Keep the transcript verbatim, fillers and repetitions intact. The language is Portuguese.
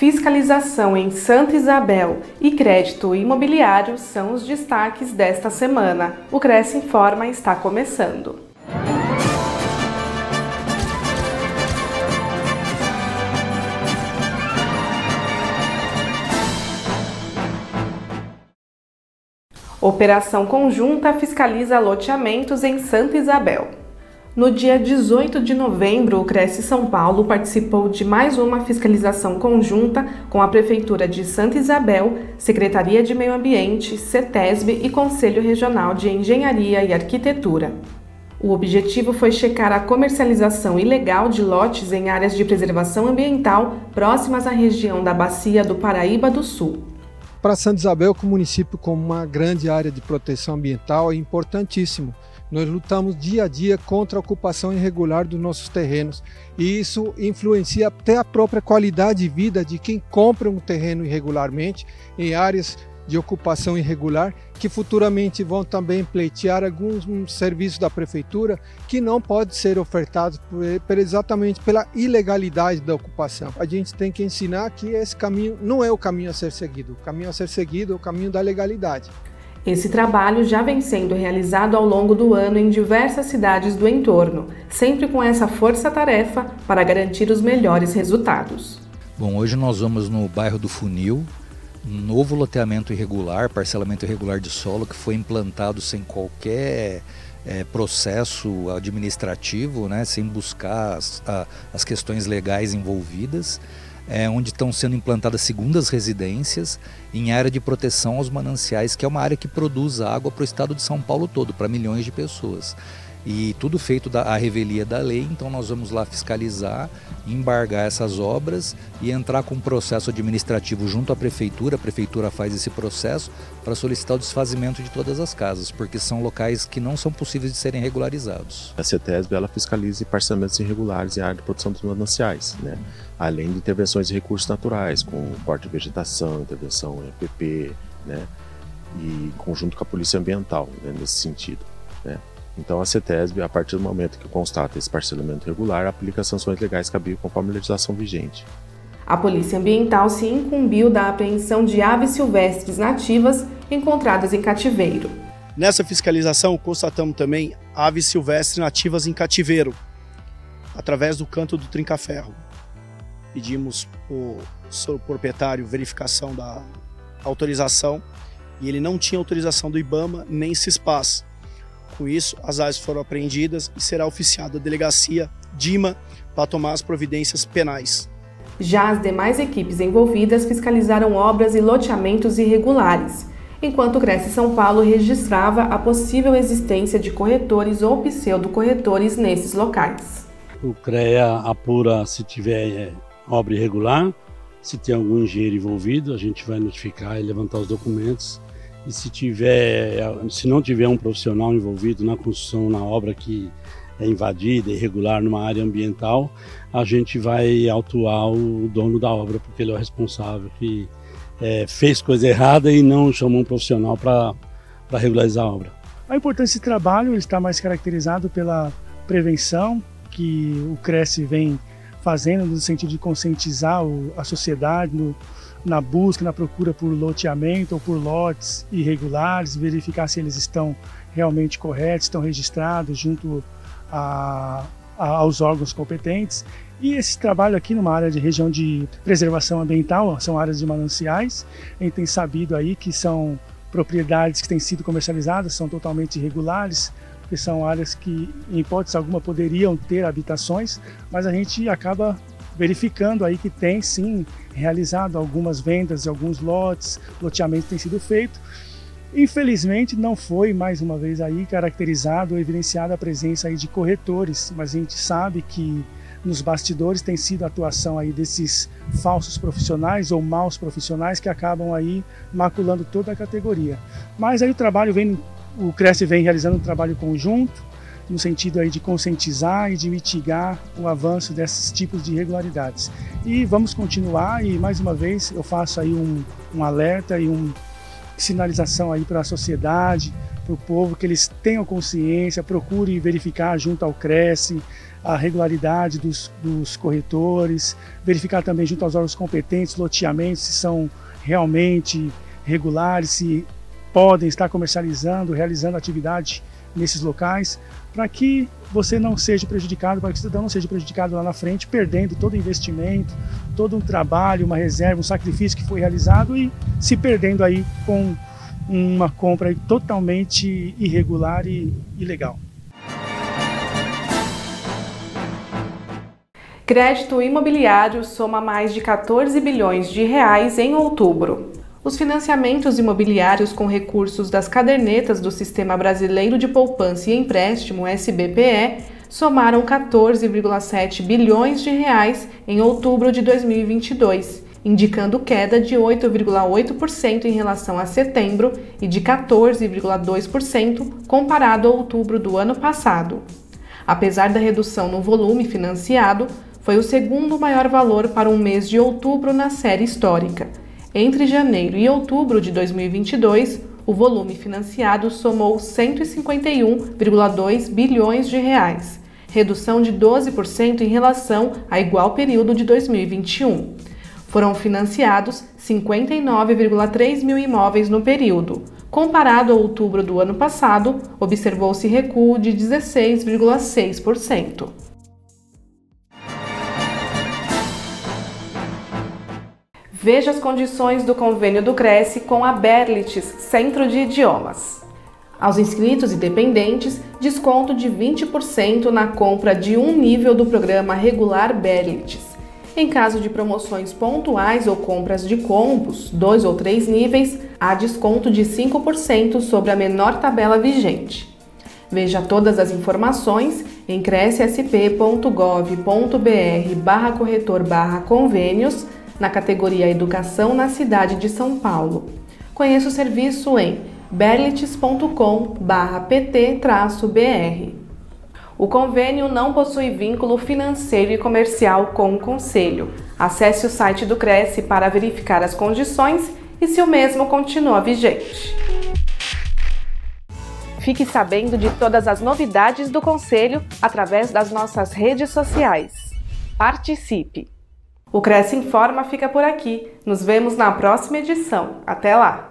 Fiscalização em Santa Isabel e crédito imobiliário são os destaques desta semana. O Cresce Informa está começando. Operação conjunta fiscaliza loteamentos em Santa Isabel. No dia dezoito de novembro, o Cresce São Paulo participou de mais uma fiscalização conjunta com a Prefeitura de Santa Isabel, Secretaria de Meio Ambiente, CETESB e Conselho Regional de Engenharia e Arquitetura. O objetivo foi checar a comercialização ilegal de lotes em áreas de preservação ambiental próximas à região da Bacia do Paraíba do Sul. Para Santa Isabel, como município com uma grande área de proteção ambiental, é importantíssimo. Nós lutamos dia a dia contra a ocupação irregular dos nossos terrenos e isso influencia até a própria qualidade de vida de quem compra um terreno irregularmente em áreas de ocupação irregular, que futuramente vão também pleitear alguns serviços da prefeitura que não podem ser ofertados por, por exatamente pela ilegalidade da ocupação. A gente tem que ensinar que esse caminho não é o caminho a ser seguido, o caminho a ser seguido é o caminho da legalidade. Esse trabalho já vem sendo realizado ao longo do ano em diversas cidades do entorno, sempre com essa força-tarefa para garantir os melhores resultados. Bom, hoje nós vamos no bairro do Funil, um novo loteamento irregular, parcelamento irregular de solo que foi implantado sem qualquer é, processo administrativo, né, sem buscar as, a, as questões legais envolvidas. É, onde estão sendo implantadas segundas residências em área de proteção aos mananciais, que é uma área que produz água para o estado de São Paulo todo, para milhões de pessoas. E tudo feito da, à revelia da lei, então nós vamos lá fiscalizar, embargar essas obras e entrar com um processo administrativo junto à prefeitura. A prefeitura faz esse processo para solicitar o desfazimento de todas as casas, porque são locais que não são possíveis de serem regularizados. A CETESB ela fiscaliza parcelamentos irregulares em área de produção dos mananciais, né? Além de intervenções de recursos naturais, com corte de vegetação, intervenção em A P P, né? E conjunto com a Polícia Ambiental, né? Nesse sentido, né? Então a CETESB, a partir do momento que constata esse parcelamento irregular, aplica sanções legais cabíveis conforme a legislação vigente. A Polícia Ambiental se incumbiu da apreensão de aves silvestres nativas encontradas em cativeiro. Nessa fiscalização, constatamos também aves silvestres nativas em cativeiro, através do canto do trinca-ferro. Pedimos ao proprietário verificação da autorização e ele não tinha autorização do IBAMA nem CISPAS. Com isso, as aves foram apreendidas e será oficiada a delegacia DIMA para tomar as providências penais. Já as demais equipes envolvidas fiscalizaram obras e loteamentos irregulares, enquanto o Cresce São Paulo registrava a possível existência de corretores ou pseudo-corretores nesses locais. O CREA apura se tiver obra irregular, se tem algum engenheiro envolvido, a gente vai notificar e levantar os documentos. E se, tiver, se não tiver um profissional envolvido na construção, na obra que é invadida, irregular numa área ambiental, a gente vai autuar o dono da obra, porque ele é o responsável que é, fez coisa errada e não chamou um profissional para regularizar a obra. A importância desse trabalho está mais caracterizado pela prevenção que o Cresce vem fazendo no sentido de conscientizar a sociedade no, na busca, na procura por loteamento ou por lotes irregulares, verificar se eles estão realmente corretos, estão registrados junto a, a, aos órgãos competentes. E esse trabalho aqui numa área de região de preservação ambiental, são áreas de mananciais, a gente tem sabido aí que são propriedades que têm sido comercializadas, são totalmente irregulares, porque são áreas que, em hipótese alguma, poderiam ter habitações, mas a gente acaba verificando aí que tem sim realizado algumas vendas de alguns lotes, loteamento tem sido feito. Infelizmente não foi mais uma vez aí caracterizado ou evidenciada a presença aí de corretores, mas a gente sabe que nos bastidores tem sido a atuação aí desses falsos profissionais ou maus profissionais que acabam aí maculando toda a categoria. Mas aí o trabalho vem, o Cresce vem realizando um trabalho conjunto, no sentido aí de conscientizar e de mitigar o avanço desses tipos de irregularidades. E vamos continuar e, mais uma vez, eu faço aí um, um alerta e uma sinalização aí para a sociedade, para para o povo que eles tenham consciência, procure verificar junto ao Cresce a regularidade dos, dos corretores, verificar também junto aos órgãos competentes loteamentos se são realmente regulares, se podem estar comercializando, realizando atividade nesses locais, para que você não seja prejudicado, para que o cidadão não seja prejudicado lá na frente, perdendo todo o investimento, todo um trabalho, uma reserva, um sacrifício que foi realizado e se perdendo aí com uma compra totalmente irregular e ilegal. Crédito imobiliário soma mais de quatorze bilhões de reais em outubro. Os financiamentos imobiliários com recursos das cadernetas do Sistema Brasileiro de Poupança e Empréstimo, S B P E, somaram quatorze vírgula sete bilhões de reais em outubro de dois mil e vinte e dois, indicando queda de oito vírgula oito por cento em relação a setembro e de quatorze vírgula dois por cento comparado a outubro do ano passado. Apesar da redução no volume financiado, foi o segundo maior valor para um mês de outubro na série histórica. Entre janeiro e outubro de dois mil e vinte e dois, o volume financiado somou cento e cinquenta e um vírgula dois bilhões de reais, redução de doze por cento em relação a igual período de dois mil e vinte e um. Foram financiados cinquenta e nove vírgula três mil imóveis no período. Comparado a outubro do ano passado, observou-se recuo de dezesseis vírgula seis por cento. Veja as condições do convênio do Cresce com a Berlitz, Centro de Idiomas. Aos inscritos e dependentes, desconto de vinte por cento na compra de um nível do programa regular Berlitz. Em caso de promoções pontuais ou compras de combos, dois ou três níveis, há desconto de cinco por cento sobre a menor tabela vigente. Veja todas as informações em crescsp.gov.br barra corretor barra convênios, na categoria Educação na cidade de São Paulo. Conheça o serviço em berlitz ponto com barra p t b r. O convênio não possui vínculo financeiro e comercial com o Conselho. Acesse o site do Cresce para verificar as condições e se o mesmo continua vigente. Fique sabendo de todas as novidades do Conselho através das nossas redes sociais. Participe! O Cresce Informa fica por aqui. Nos vemos na próxima edição. Até lá!